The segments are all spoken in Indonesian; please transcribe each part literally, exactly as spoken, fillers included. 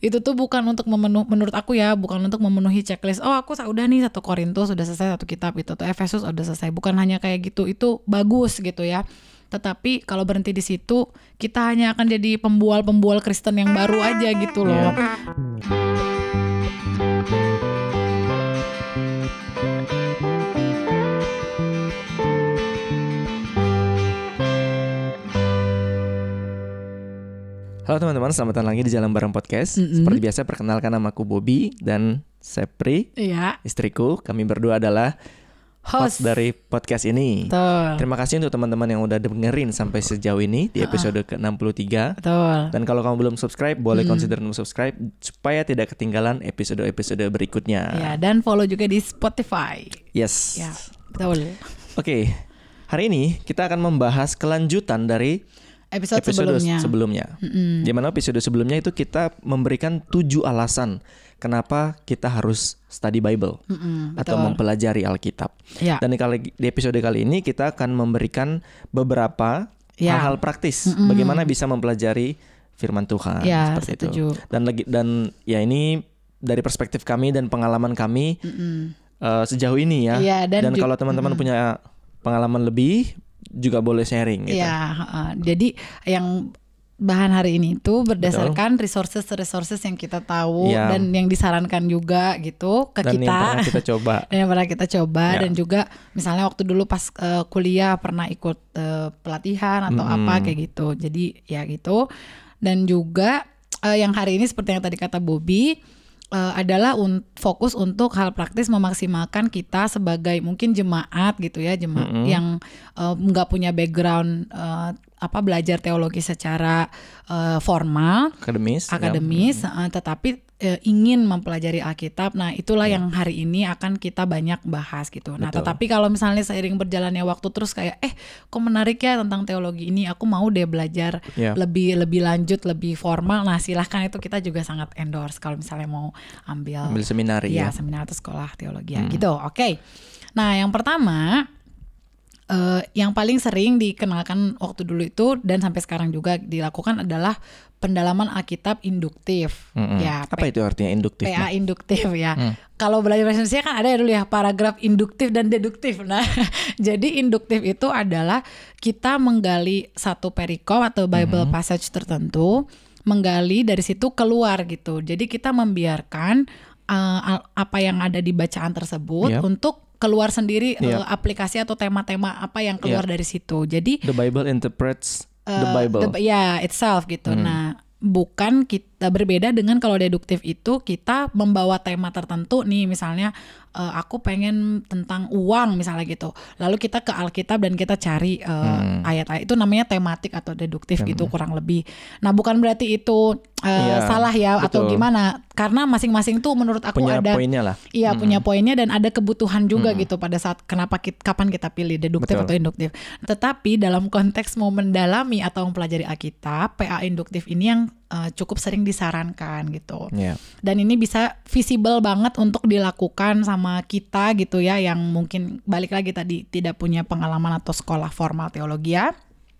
itu tuh bukan untuk memenuhi, menurut aku ya, bukan untuk memenuhi checklist. Oh aku udah nih satu Korintus sudah selesai satu kitab itu, atau Efesus udah selesai. Bukan hanya kayak gitu, itu bagus gitu ya. Tetapi kalau berhenti di situ, kita hanya akan jadi pembual-pembual Kristen yang baru aja gitu loh. Yeah. Halo teman-teman, selamat datang lagi di Jalan Bareng Podcast. Mm-hmm. Seperti biasa, perkenalkan namaku Bobby dan Sepri, iya. istriku. Kami berdua adalah host, host dari podcast ini. Betul. Terima kasih untuk teman-teman yang udah dengerin sampai sejauh ini di episode uh-uh. ke enam puluh tiga. Betul. Dan kalau kamu belum subscribe, boleh mm. consider untuk subscribe supaya tidak ketinggalan episode-episode berikutnya. Ya, dan follow juga di Spotify. Yes. Ya, betul. Oke, okay. Hari ini kita akan membahas kelanjutan dari Episode, episode sebelumnya, sebelumnya. Mm-hmm. Di mana episode sebelumnya itu kita memberikan tujuh alasan kenapa kita harus study Bible mm-hmm, atau mempelajari Alkitab. Ya. Dan di, kali, di episode kali ini kita akan memberikan beberapa ya. hal-hal praktis mm-hmm. bagaimana bisa mempelajari Firman Tuhan ya, seperti setuju. itu. Dan lagi dan ya ini dari perspektif kami dan pengalaman kami mm-hmm. uh, sejauh ini ya. ya dan dan ju- kalau teman-teman mm-hmm. punya pengalaman lebih, juga boleh sharing gitu. Ya, uh, jadi yang bahan hari ini itu berdasarkan resources-resources yang kita tahu ya. Dan yang disarankan juga gitu ke dan kita. Yang pernah kita coba. Dan yang pernah kita coba ya. Dan juga misalnya waktu dulu pas uh, kuliah pernah ikut uh, pelatihan atau hmm. apa kayak gitu. Jadi ya gitu. Dan juga uh, yang hari ini seperti yang tadi kata Bobby, Uh, adalah un- fokus untuk hal praktis memaksimalkan kita sebagai mungkin jemaat gitu ya, jemaat mm-hmm. yang nggak uh, punya background uh, apa belajar teologi secara uh, formal, akademis, akademis, ya. uh, tetapi uh, ingin mempelajari Alkitab. Nah itulah yeah. yang hari ini akan kita banyak bahas gitu. Nah Betul. Tetapi kalau misalnya seiring berjalannya waktu terus kayak eh kok menarik ya tentang teologi ini, aku mau deh belajar yeah. lebih lebih lanjut, lebih formal. Nah silahkan, itu kita juga sangat endorse kalau misalnya mau ambil, ambil seminar ya, ya, seminar atau sekolah teologi hmm. gitu. Oke. Okay. Nah yang pertama, Uh, yang paling sering dikenalkan waktu dulu itu dan sampai sekarang juga dilakukan adalah pendalaman Alkitab induktif. Mm-hmm. Ya, apa P- itu artinya induktif? P A induktif ya. Mm. Kalau belajar bahasa Indonesia kan ada ya dulu ya paragraf induktif dan deduktif. Nah, jadi induktif itu adalah kita menggali satu perikop atau Bible mm-hmm. passage tertentu, menggali dari situ keluar gitu. Jadi kita membiarkan uh, apa yang ada di bacaan tersebut yep. untuk keluar sendiri yeah. uh, aplikasi atau tema-tema apa yang keluar yeah. dari situ. Jadi the Bible interprets uh, the Bible. Ya, yeah, itself gitu. Hmm. Nah, bukan kita berbeda dengan kalau deduktif itu kita membawa tema tertentu nih, misalnya uh, aku pengen tentang uang misalnya gitu. Lalu kita ke Alkitab dan kita cari uh, hmm. ayat-ayat, itu namanya tematik atau deduktif hmm. gitu kurang lebih. Nah, bukan berarti itu uh, yeah, salah ya betul. Atau gimana? Karena masing-masing tuh menurut aku punya ada poinnya lah. Iya, hmm. punya poinnya dan ada kebutuhan juga hmm. gitu pada saat kenapa kita, kapan kita pilih deduktif betul. Atau induktif. Tetapi dalam konteks mau mendalami atau mempelajari Alkitab, P A induktif ini yang uh, cukup sering disarankan gitu. Yeah. Dan ini bisa visible banget untuk dilakukan sama kita gitu ya, yang mungkin balik lagi tadi tidak punya pengalaman atau sekolah formal teologi ya.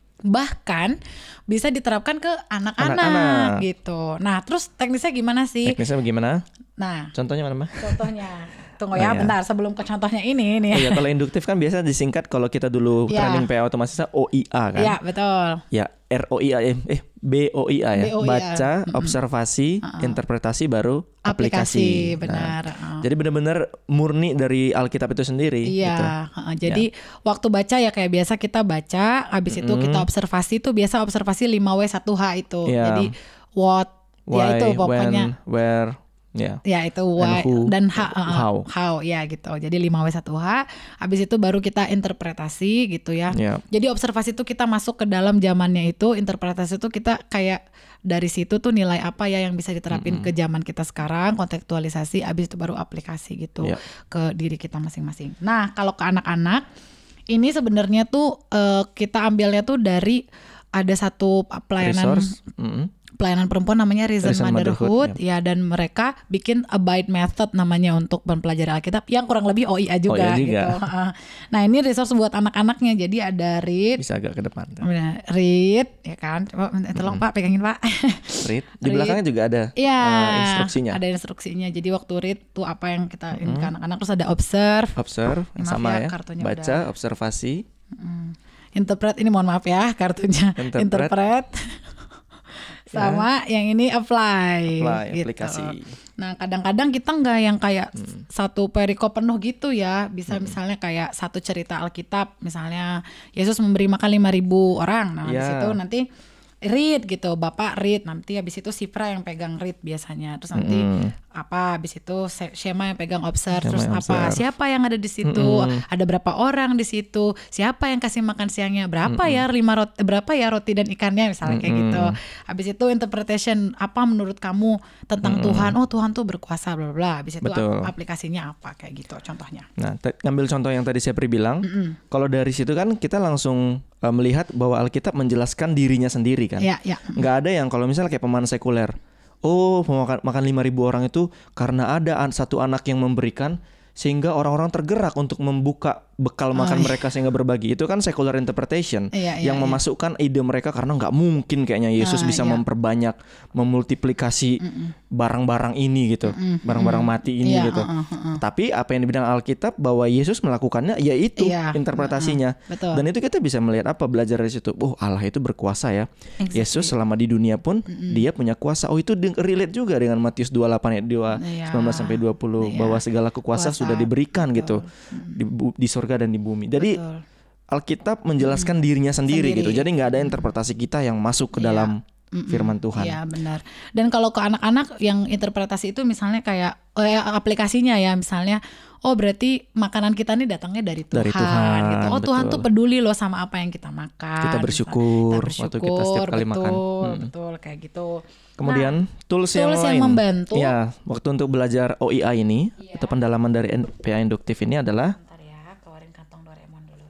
Bahkan bisa diterapkan ke anak-anak, anak-anak gitu. Nah, terus teknisnya gimana sih? Teknisnya bagaimana? Nah, contohnya mana, Mbak? Contohnya. Tunggu ya, oh, bentar. Ya. Sebelum ke contohnya ini nih. Oh, ya, kalau induktif kan biasa disingkat, kalau kita dulu ya. Training P A otomatisnya O I A kan? Iya, betul. Ya, R O I A eh B O I A ya. B O I A. Baca, mm-hmm. observasi, uh-uh. interpretasi, baru aplikasi. Aplikasi, benar. Nah, uh. Jadi benar-benar murni dari Alkitab itu sendiri. Iya. Gitu. Uh, jadi ya. Waktu baca ya kayak biasa kita baca, habis mm-hmm. itu kita observasi tuh biasa observasi lima W satu H itu. Ya. Jadi what, why, ya itu pokoknya. When, where. Yeah. Ya itu why who, dan ha, uh, how how ya gitu. Jadi lima W satu H. Habis itu baru kita interpretasi gitu ya. Yeah. Jadi observasi itu kita masuk ke dalam zamannya itu, interpretasi itu kita kayak dari situ tuh nilai apa ya yang bisa diterapin mm-hmm. ke zaman kita sekarang, kontekstualisasi, habis itu baru aplikasi gitu yeah. ke diri kita masing-masing. Nah, kalau ke anak-anak ini sebenarnya tuh uh, kita ambilnya tuh dari ada satu pelayanan resource. Mm-hmm. pelayanan perempuan namanya Risen, Risen Motherhood, Motherhood, ya. Dan mereka bikin Abide Method namanya untuk mempelajari Alkitab yang kurang lebih O I A juga, O I A juga. gitu. Nah ini resource buat anak-anaknya, jadi ada read, Bisa agak ke depan. read, ya kan? Coba tolong mm-hmm. Pak pegangin Pak. Read. Di read. Belakangnya juga ada ya, uh, instruksinya. Ada instruksinya. Jadi waktu read tuh apa yang kita mm-hmm. ke anak-anak, terus ada observe. Observe, Maaf sama ya, ya. Baca, udah. observasi. Mm-hmm. Interpret, ini mohon maaf ya kartunya. Interpret. Interpret. Sama ya. Yang ini apply, apply gitu. Aplikasi. Nah kadang-kadang kita nggak yang kayak hmm. satu perikop penuh gitu ya. Bisa hmm. misalnya kayak satu cerita Alkitab, misalnya Yesus memberi makan lima ribu orang. Nah yeah. di situ nanti read gitu, Bapak read, nanti habis itu Sifra yang pegang read biasanya, terus nanti mm. apa habis itu Shema yang pegang observe, terus apa observe. Siapa yang ada di situ, mm-hmm. ada berapa orang di situ, siapa yang kasih makan siangnya, berapa mm-hmm. ya lima roti, berapa ya roti dan ikannya misalnya mm-hmm. kayak gitu. Habis itu interpretation, apa menurut kamu tentang mm-hmm. Tuhan, oh Tuhan tuh berkuasa bla bla. Habis itu ap- aplikasinya apa kayak gitu contohnya. Nah, te- ngambil contoh yang tadi saya bilang, mm-hmm. kalau dari situ kan kita langsung uh, melihat bahwa Alkitab menjelaskan dirinya sendiri kan. Ya, ya. Nggak ada yang kalau misalnya kayak pemahaman sekuler, oh makan makan lima ribu orang itu karena ada satu anak yang memberikan sehingga orang-orang tergerak untuk membuka bekal makan oh, iya. mereka sehingga berbagi. Itu kan secular interpretation iya, iya, yang iya. memasukkan ide mereka karena nggak mungkin kayaknya Yesus ah, bisa iya. memperbanyak, memultiplikasi Mm-mm. barang-barang ini gitu, Mm-mm. barang-barang mati ini iya, gitu. Uh, uh, uh. Tapi apa yang dibilang Alkitab bahwa Yesus melakukannya, yaitu iya, interpretasinya. Uh, uh, Dan itu kita bisa melihat apa, belajar dari situ. Oh Allah itu berkuasa ya. Exactly. Yesus selama di dunia pun Mm-mm. dia punya kuasa. Oh itu relate juga dengan Matius dua puluh delapan ayat dua, iya. sembilan belas sampai dua puluh iya. bahwa segala kekuasaan sudah diberikan Betul. gitu di, di surga dan di bumi. Jadi Betul. Alkitab menjelaskan hmm. dirinya sendiri, sendiri gitu. Jadi nggak ada interpretasi kita yang masuk ke yeah. dalam Mm-mm. firman Tuhan. Iya benar. Dan kalau ke anak-anak yang interpretasi itu misalnya kayak eh, aplikasinya ya misalnya, oh berarti makanan kita nih datangnya dari Tuhan, dari Tuhan gitu. Oh betul. Tuhan tuh peduli loh sama apa yang kita makan. Kita bersyukur, kita bersyukur waktu kita setiap kali betul, makan. Hmm. Betul kayak gitu. Kemudian nah, tools, yang, tools yang lain, membantu. Ya, waktu untuk belajar O I A ini ya. Atau pendalaman dari P A induktif ini adalah. Bentar ya, keluarin kantong Doraemon dulu.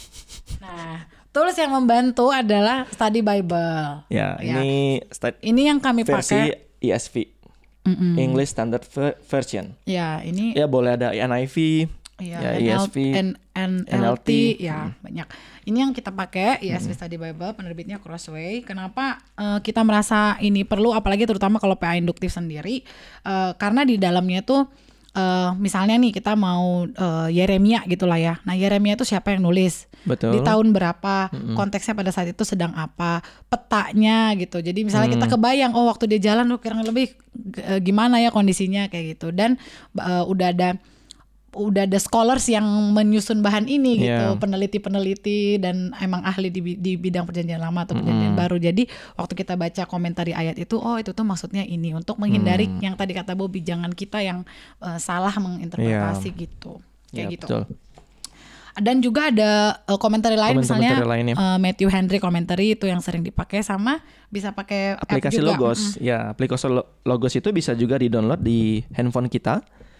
Nah, tools yang membantu adalah study Bible. Ya, ya. ini stu- ini yang kami versi pakai E S V, Mm-mm. English Standard Version. Ya, ini. Ya boleh ada N I V. Ya, ya E S V, N L T, ya hmm. banyak. Ini yang kita pakai E S V hmm. Study Bible, penerbitnya Crossway. Kenapa uh, kita merasa ini perlu, apalagi terutama kalau P A induktif sendiri, uh, karena di dalamnya tuh uh, misalnya nih kita mau uh, Yeremia gitulah ya. Nah Yeremia itu siapa yang nulis? Betul. Di tahun berapa? Hmm. Konteksnya pada saat itu sedang apa? Petanya gitu. Jadi misalnya hmm. kita kebayang, oh waktu dia jalan tuh kurang lebih uh, gimana ya kondisinya kayak gitu. Dan uh, udah ada udah ada scholars yang menyusun bahan ini gitu, yeah. peneliti-peneliti dan emang ahli di, di bidang perjanjian lama atau perjanjian mm. baru. Jadi waktu kita baca komentari ayat itu, oh itu tuh maksudnya ini untuk menghindari mm. yang tadi kata Bobby, jangan kita yang uh, salah menginterpretasi yeah. gitu, kayak yeah, gitu. Betul. Dan juga ada uh, komentari lain, misalnya uh, Matthew Henry komentari itu yang sering dipakai, sama bisa pakai aplikasi juga. Logos. Mm-hmm. Ya, aplikasi Logos itu bisa juga di-download di handphone kita.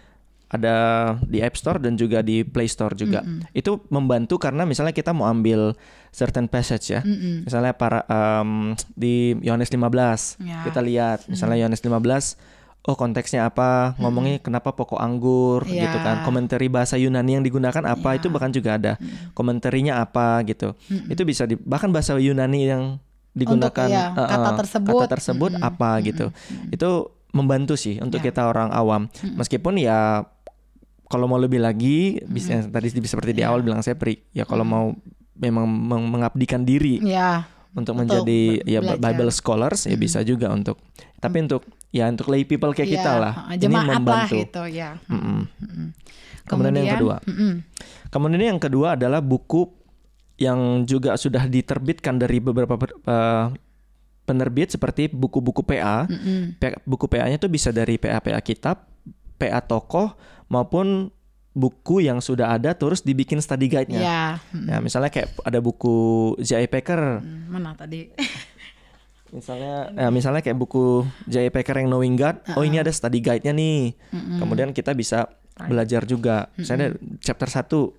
Ada di App Store dan juga di Play Store juga. Mm-hmm. Itu membantu karena misalnya kita mau ambil certain passage ya. Mm-hmm. Misalnya para um, di Yohanes lima belas. Yeah. Kita lihat misalnya mm-hmm. Yohanes lima belas, oh konteksnya apa? Ngomongnya mm-hmm. kenapa pokok anggur yeah. gitu kan. Komentari bahasa Yunani yang digunakan apa? Yeah. Itu bahkan juga ada. Mm-hmm. Komentarinya apa gitu. Mm-hmm. Itu bisa di, bahkan bahasa Yunani yang digunakan untuk, ya, uh, kata tersebut, kata tersebut mm-hmm. apa gitu. Mm-hmm. Itu membantu sih untuk yeah. kita orang awam. Mm-hmm. Meskipun ya kalau mau lebih lagi, bisa, hmm. tadi seperti di yeah. awal bilang saya pri, ya kalau hmm. mau memang meng- mengabdikan diri yeah. untuk betul, menjadi be- ya Bible scholars hmm. ya bisa juga untuk. Tapi hmm. untuk ya untuk lay people kayak yeah. kita lah, jemaat ini membantu. Lah gitu, ya. Hmm. Hmm. Hmm. Kemudian, Kemudian yang kedua, hmm. kemudian yang kedua adalah buku yang juga sudah diterbitkan dari beberapa uh, penerbit seperti buku-buku P A. Hmm. P A buku P A-nya itu bisa dari P A P A kitab, P A tokoh, maupun buku yang sudah ada terus dibikin study guide-nya. Ya, ya misalnya kayak ada buku J I Packer. Mana tadi? misalnya ya, misalnya kayak buku J I Packer yang Knowing God. Uh-uh. Oh ini ada study guide-nya nih. Uh-uh. Kemudian kita bisa belajar juga. Misalnya uh-uh. chapter satu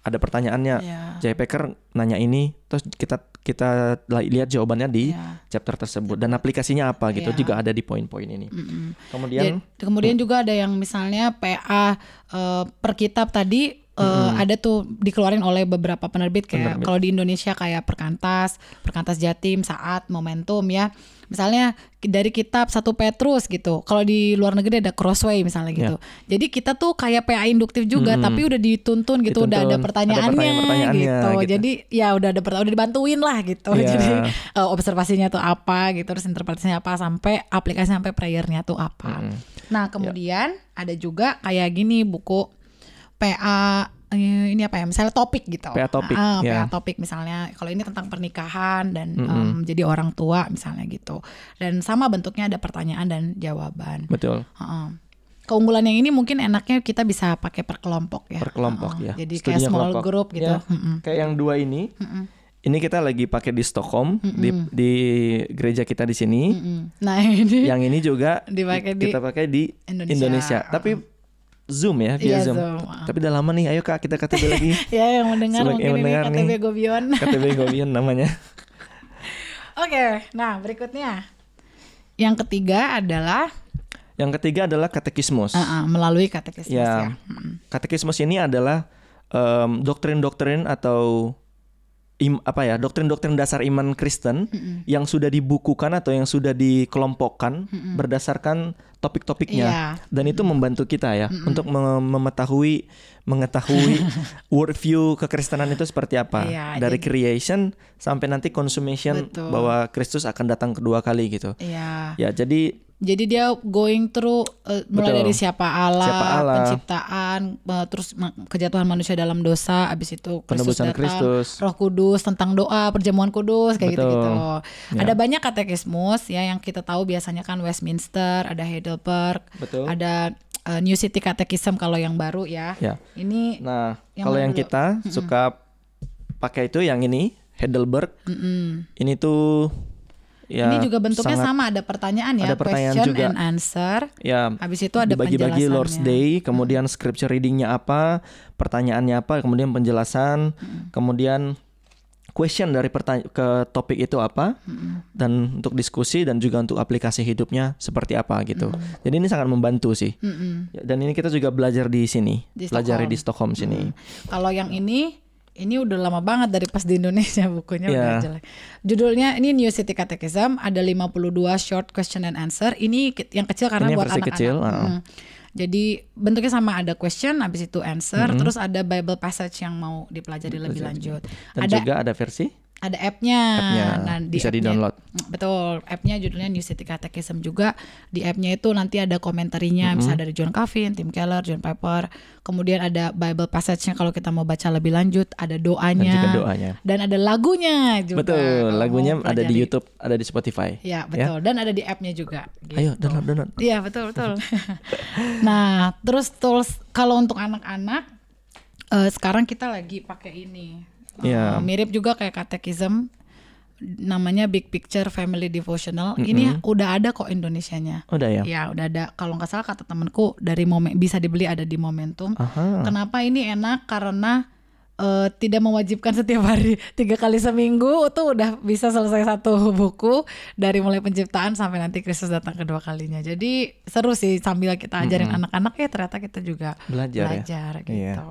ada pertanyaannya, yeah. J. Packer nanya ini, terus kita kita lihat jawabannya di yeah. chapter tersebut dan aplikasinya apa gitu yeah. juga ada di poin-poin ini. Mm-mm. Kemudian Jadi, kemudian juga ada yang misalnya P A uh, per kitab tadi. Uh, ada tuh dikeluarin oleh beberapa penerbit kayak kalau di Indonesia kayak Perkantas, Perkantas Jatim, Saat, Momentum ya. Misalnya dari kitab satu Petrus gitu. Kalau di luar negeri ada Crossway misalnya gitu. Yeah. Jadi kita tuh kayak P A induktif juga mm-hmm. tapi udah dituntun gitu, dituntun, udah ada pertanyaannya, ada pertanyaan gitu. gitu. Jadi ya udah ada udah dibantuin lah gitu. Yeah. Jadi uh, observasinya tuh apa gitu, terus interpretasinya apa sampai aplikasi sampai prayernya tuh apa. Mm-hmm. Nah, kemudian yeah. ada juga kayak gini buku P A ini apa ya misalnya topik gitu. P A topik. Ah, ya. P A topik misalnya kalau ini tentang pernikahan dan mm-hmm. um, jadi orang tua misalnya gitu. Dan sama bentuknya ada pertanyaan dan jawaban. Betul. Uh-uh. Keunggulan yang ini mungkin enaknya kita bisa pakai per kelompok ya. Per kelompok uh-uh. ya. Jadi Studinya kayak small kelompok. group gitu. Ya, kayak yang dua ini. Mm-mm. Ini kita lagi pakai di Stockholm mm-mm. di di gereja kita di sini. Mm-mm. Nah, ini yang ini juga dipakai kita di pakai di Indonesia. Indonesia. Uh-uh. Tapi Zoom ya, via iya, Zoom. Zoom. Tapi udah lama nih, ayo Kak kita K T B lagi. Ya yang mendengar Sebagai mungkin yang mendengar ini K T B nih, Gobion. K T B Gobion namanya. Oke, okay, nah berikutnya. Yang ketiga adalah Yang ketiga adalah katekismus. Uh-uh, melalui katekismus ya. ya. Katekismus ini adalah um, doktrin-doktrin atau Im, apa ya doktrin-doktrin dasar iman Kristen mm-mm. yang sudah dibukukan atau yang sudah dikelompokkan mm-mm. berdasarkan topik-topiknya yeah. dan itu membantu kita ya mm-mm. untuk mem- mengetahui mengetahui worldview kekristenan itu seperti apa yeah, dari jadi, creation sampai nanti consummation betul. Bahwa Kristus akan datang kedua kali gitu yeah. ya jadi Jadi dia going through uh, mulai Betul. dari siapa Allah, siapa Allah, penciptaan, uh, terus ma- kejatuhan manusia dalam dosa, abis itu Kristus datang, Kristus. Roh Kudus, tentang doa, perjamuan kudus, kayak Betul. gitu-gitu. Ya. Ada banyak katekismus ya yang kita tahu biasanya kan Westminster, ada Heidelberg, Betul. ada uh, New City Catechism kalau yang baru ya. ya. Ini. Nah yang kalau yang dulu? kita Mm-mm. suka pakai itu yang ini Heidelberg. Mm-mm. Ini tuh. Ya, ini juga bentuknya sama, ada pertanyaan ya, ada pertanyaan question juga. and answer. Ya, habis itu ada bagi-bagi penjelasannya. Lord's Day, kemudian hmm. scripture readingnya apa, pertanyaannya apa, kemudian penjelasan, hmm. kemudian question dari pertanya- ke topik itu apa, hmm. dan untuk diskusi dan juga untuk aplikasi hidupnya seperti apa gitu. Hmm. Jadi ini sangat membantu sih. Hmm. Dan ini kita juga belajar di sini, di belajar Stockholm. di Stockholm sini. Hmm. Kalau yang ini Ini udah lama banget dari pas di Indonesia bukunya yeah. udah jelek. Judulnya ini New City Catechism, ada lima puluh dua short question and answer. Ini yang kecil karena ini buat versi anak-anak. Kecil, hmm. Jadi bentuknya sama, ada question, habis itu answer, mm-hmm. terus ada Bible passage yang mau dipelajari lebih lanjut. Dan ada, juga ada versi? Ada app-nya, app-nya nah, di bisa app-nya, di-download. Betul, app-nya judulnya New City Catechism juga. Di app-nya itu nanti ada komentarinya, mm-hmm. misalnya dari John Calvin, Tim Keller, John Piper. Kemudian ada Bible passage-nya kalau kita mau baca lebih lanjut, ada doanya. Dan juga doanya. Dan ada lagunya juga. Betul, lagunya ada di YouTube, ada di Spotify. Ya, betul. Ya? Dan ada di app-nya juga. Gitu. Ayo, download, download. Iya, betul, betul. Nah, terus tools kalau untuk anak-anak, uh, sekarang kita lagi pakai ini. Uh, yeah. Mirip juga kayak katekism, namanya Big Picture Family Devotional. Mm-hmm. Ini udah ada kok Indonesianya. Udah ya? Ya udah ada. Kalau nggak salah kata temanku dari momen bisa dibeli, ada di Momentum. Aha. Kenapa ini enak? Karena uh, tidak mewajibkan setiap hari, tiga kali seminggu tuh udah bisa selesai satu buku dari mulai penciptaan sampai nanti Kristus datang kedua kalinya. Jadi seru sih sambil kita ajarin mm-hmm. anak-anak ya ternyata kita juga belajar, belajar ya? gitu. Iya.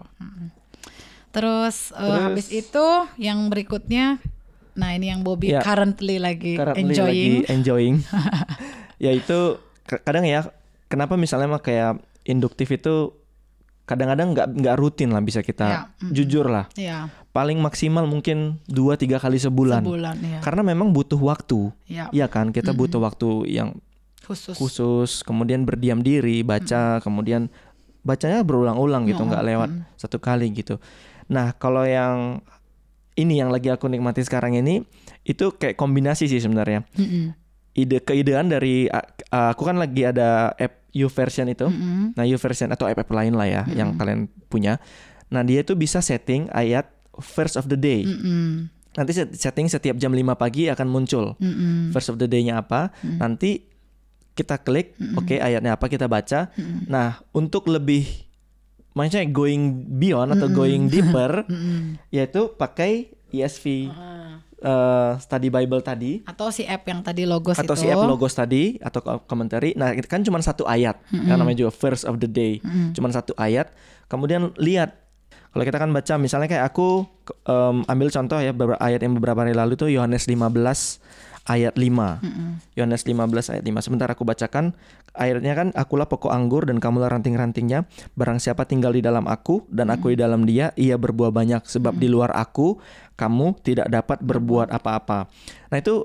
Terus, uh, Terus habis itu yang berikutnya, nah ini yang Bobby ya, currently lagi currently enjoying. Lagi enjoying. Yaitu kadang ya, kenapa misalnya mah kayak induktif itu kadang-kadang nggak nggak rutin lah bisa kita ya, mm-hmm. jujur lah. Ya. Paling maksimal mungkin dua tiga kali sebulan. Sebulan ya. Karena memang butuh waktu. Ya, ya kan kita mm-hmm. butuh waktu yang khusus. Khusus, kemudian berdiam diri, baca, mm-hmm. kemudian bacanya berulang-ulang gitu, nggak oh, lewat mm-hmm. satu kali gitu. Nah, kalau yang ini yang lagi aku nikmati sekarang ini itu kayak kombinasi sih sebenarnya. Mm-hmm. Ide keidean dari uh, aku kan lagi ada app YouVersion itu. Mm-hmm. Nah, YouVersion atau app-app lain lah ya mm-hmm. yang kalian punya. Nah, dia itu bisa setting ayat verse of the day. Mm-hmm. Nanti setting setiap jam lima pagi akan muncul. Mm-hmm. Verse of the day-nya apa? Mm-hmm. Nanti kita klik, mm-hmm. oke okay, ayatnya apa kita baca. Mm-hmm. Nah, untuk lebih maksudnya going beyond atau mm-mm. going deeper, yaitu pakai E S V. Uh. Uh, study Bible tadi atau si app yang tadi Logos atau itu si app Logos tadi atau commentary. Nah itu kan cuma satu ayat, mm-hmm. kan namanya juga verse of the day, mm-hmm. cuma satu ayat. Kemudian lihat, kalau kita kan baca misalnya kayak aku um, ambil contoh ya beberapa ayat yang beberapa hari lalu tuh Yohanes lima belas ayat lima. Mm-hmm. Yohanes lima belas ayat lima. Sebentar aku bacakan ayatnya kan, akulah pokok anggur dan kamulah ranting-rantingnya. Barang siapa tinggal di dalam aku dan aku mm-hmm. di dalam dia, ia berbuah banyak. Sebab mm-hmm. di luar aku kamu tidak dapat berbuat apa-apa. Nah itu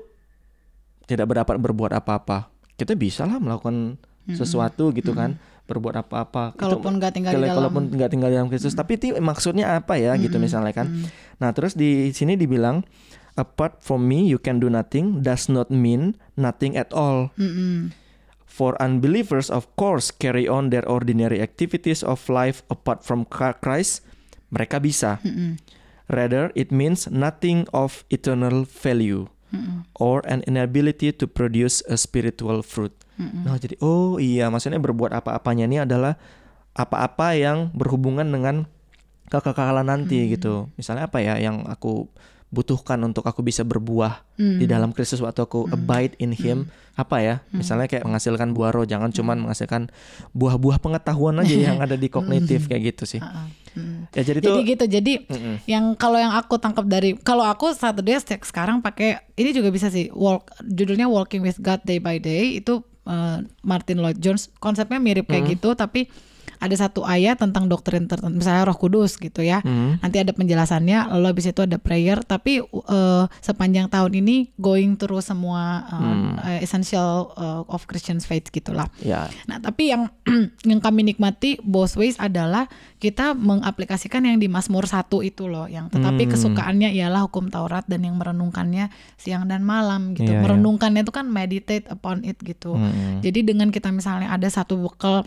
tidak dapat berbuat apa-apa. Kita bisa lah melakukan mm-hmm. sesuatu gitu kan, mm-hmm. berbuat apa-apa. Kalaupun nggak tinggal di dalam. Kalaupun nggak tinggal di dalam Kristus. Mm-hmm. Tapi itu maksudnya apa ya mm-hmm. gitu misalnya kan. Mm-hmm. Nah terus di sini dibilang, apart from me you can do nothing does not mean nothing at all. Mm-hmm. For unbelievers of course carry on their ordinary activities of life apart from Christ. Mereka bisa. Mm-hmm. Rather, it means nothing of eternal value mm-mm. or an inability to produce a spiritual fruit. Mm-mm. Nah, jadi oh iya, maksudnya berbuat apa-apanya ini adalah apa-apa yang berhubungan dengan kekekalan nanti mm-hmm. gitu. Misalnya apa ya yang aku butuhkan untuk aku bisa berbuah mm. di dalam Kristus waktu aku mm. abide in Him, mm. apa ya mm. misalnya kayak menghasilkan buah roh, jangan mm. cuman menghasilkan buah-buah pengetahuan aja yang ada di kognitif mm. kayak gitu sih. Uh-uh. Mm. Ya jadi, jadi tuh, gitu jadi mm-mm. yang kalau yang aku tangkap dari kalau aku saat dia sekarang pakai ini juga bisa sih, walk, judulnya Walking with God Day by Day, itu uh, Martin Lloyd Jones, konsepnya mirip kayak mm. gitu, tapi ada satu ayat tentang doktrin tertentu, misalnya Roh Kudus gitu ya. Hmm. Nanti ada penjelasannya, lalu habis itu ada prayer. Tapi uh, sepanjang tahun ini going through semua uh, hmm. uh, essential uh, of Christian faith gitulah. Yeah. Nah, tapi yang yang kami nikmati both ways adalah kita mengaplikasikan yang di Mazmur satu itu loh, yang tetapi hmm. kesukaannya ialah hukum Taurat dan yang merenungkannya siang dan malam gitu. Yeah, merenungkannya itu yeah. kan meditate upon it gitu. Hmm. Jadi dengan kita misalnya ada satu bekal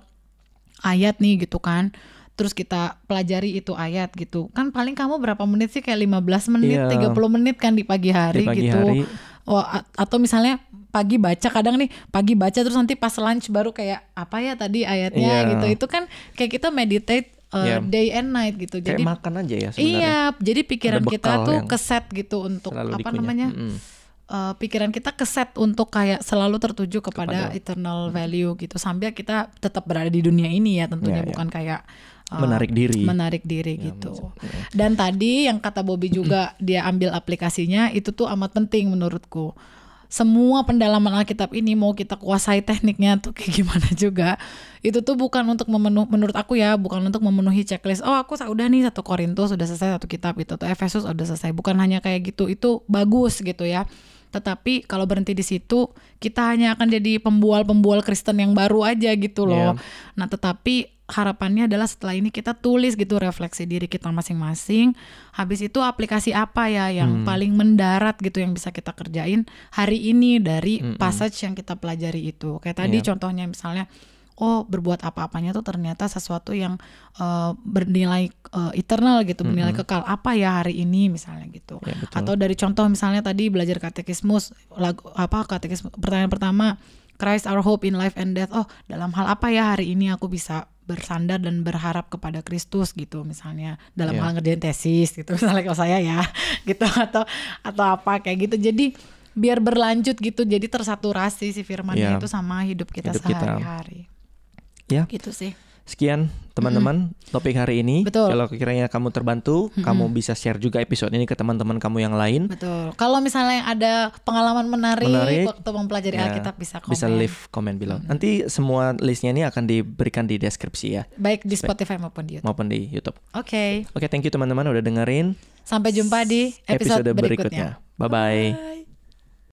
ayat nih gitu kan, terus kita pelajari itu ayat gitu kan, paling kamu berapa menit sih, kayak lima belas menit, yeah. tiga puluh menit kan di pagi hari di pagi gitu hari. Oh, a- atau misalnya pagi baca, kadang nih pagi baca terus nanti pas lunch baru kayak apa ya tadi ayatnya yeah. gitu, itu kan kayak kita meditate uh, yeah. day and night gitu, kayak jadi makan aja ya sebenarnya. Iya, jadi pikiran kita tuh keset gitu untuk apa dikunyah. namanya mm-hmm. Uh, pikiran kita keset untuk kayak selalu tertuju kepada, kepada eternal value gitu, sambil kita tetap berada di dunia ini ya tentunya, ya, bukan ya. kayak uh, menarik diri menarik diri ya, gitu ya. Dan tadi yang kata Bobby juga dia ambil aplikasinya, itu tuh amat penting menurutku. Semua pendalaman Alkitab ini mau kita kuasai tekniknya tuh kayak gimana juga, itu tuh bukan untuk memenuhi, menurut aku ya, bukan untuk memenuhi checklist. Oh aku udah nih satu Korintus udah selesai, satu kitab itu tuh Efesus udah selesai, bukan hanya kayak gitu. Itu bagus gitu ya, tetapi kalau berhenti di situ kita hanya akan jadi pembual-pembual Kristen yang baru aja gitu loh. Yeah. Nah tetapi harapannya adalah setelah ini kita tulis gitu refleksi diri kita masing-masing. Habis itu aplikasi apa ya yang hmm. paling mendarat gitu yang bisa kita kerjain hari ini dari Mm-mm. passage yang kita pelajari itu. Kayak tadi yeah. contohnya misalnya, oh berbuat apa-apanya tuh ternyata sesuatu yang uh, bernilai uh, eternal gitu, bernilai mm-hmm. kekal. Apa ya hari ini misalnya gitu. Ya, atau dari contoh misalnya tadi belajar katekismus, lagu apa katekismus pertanyaan pertama, Christ our hope in life and death. Oh dalam hal apa ya hari ini aku bisa bersandar dan berharap kepada Kristus gitu misalnya dalam yeah. hal ngerjain tesis gitu misalnya kalau saya ya gitu, atau atau apa kayak gitu. Jadi biar berlanjut gitu, jadi tersaturasi si firman-nya yeah. itu sama hidup kita hidup sehari-hari. Ya, gitu sih. Sekian teman-teman mm-hmm. topik hari ini. Betul. Kalau kiranya kamu terbantu, mm-hmm. kamu bisa share juga episode ini ke teman-teman kamu yang lain. Betul. Kalau misalnya ada pengalaman menarik, menarik waktu mempelajari ya, Alkitab, bisa komen. Bisa leave comment below. Mm-hmm. Nanti semua listnya ini akan diberikan di deskripsi ya. Baik di Spotify maupun di YouTube. Maupun di YouTube. Oke. Okay. Oke, okay, thank you teman-teman udah dengerin. Sampai jumpa di episode, episode berikutnya. berikutnya. Bye-bye. Bye.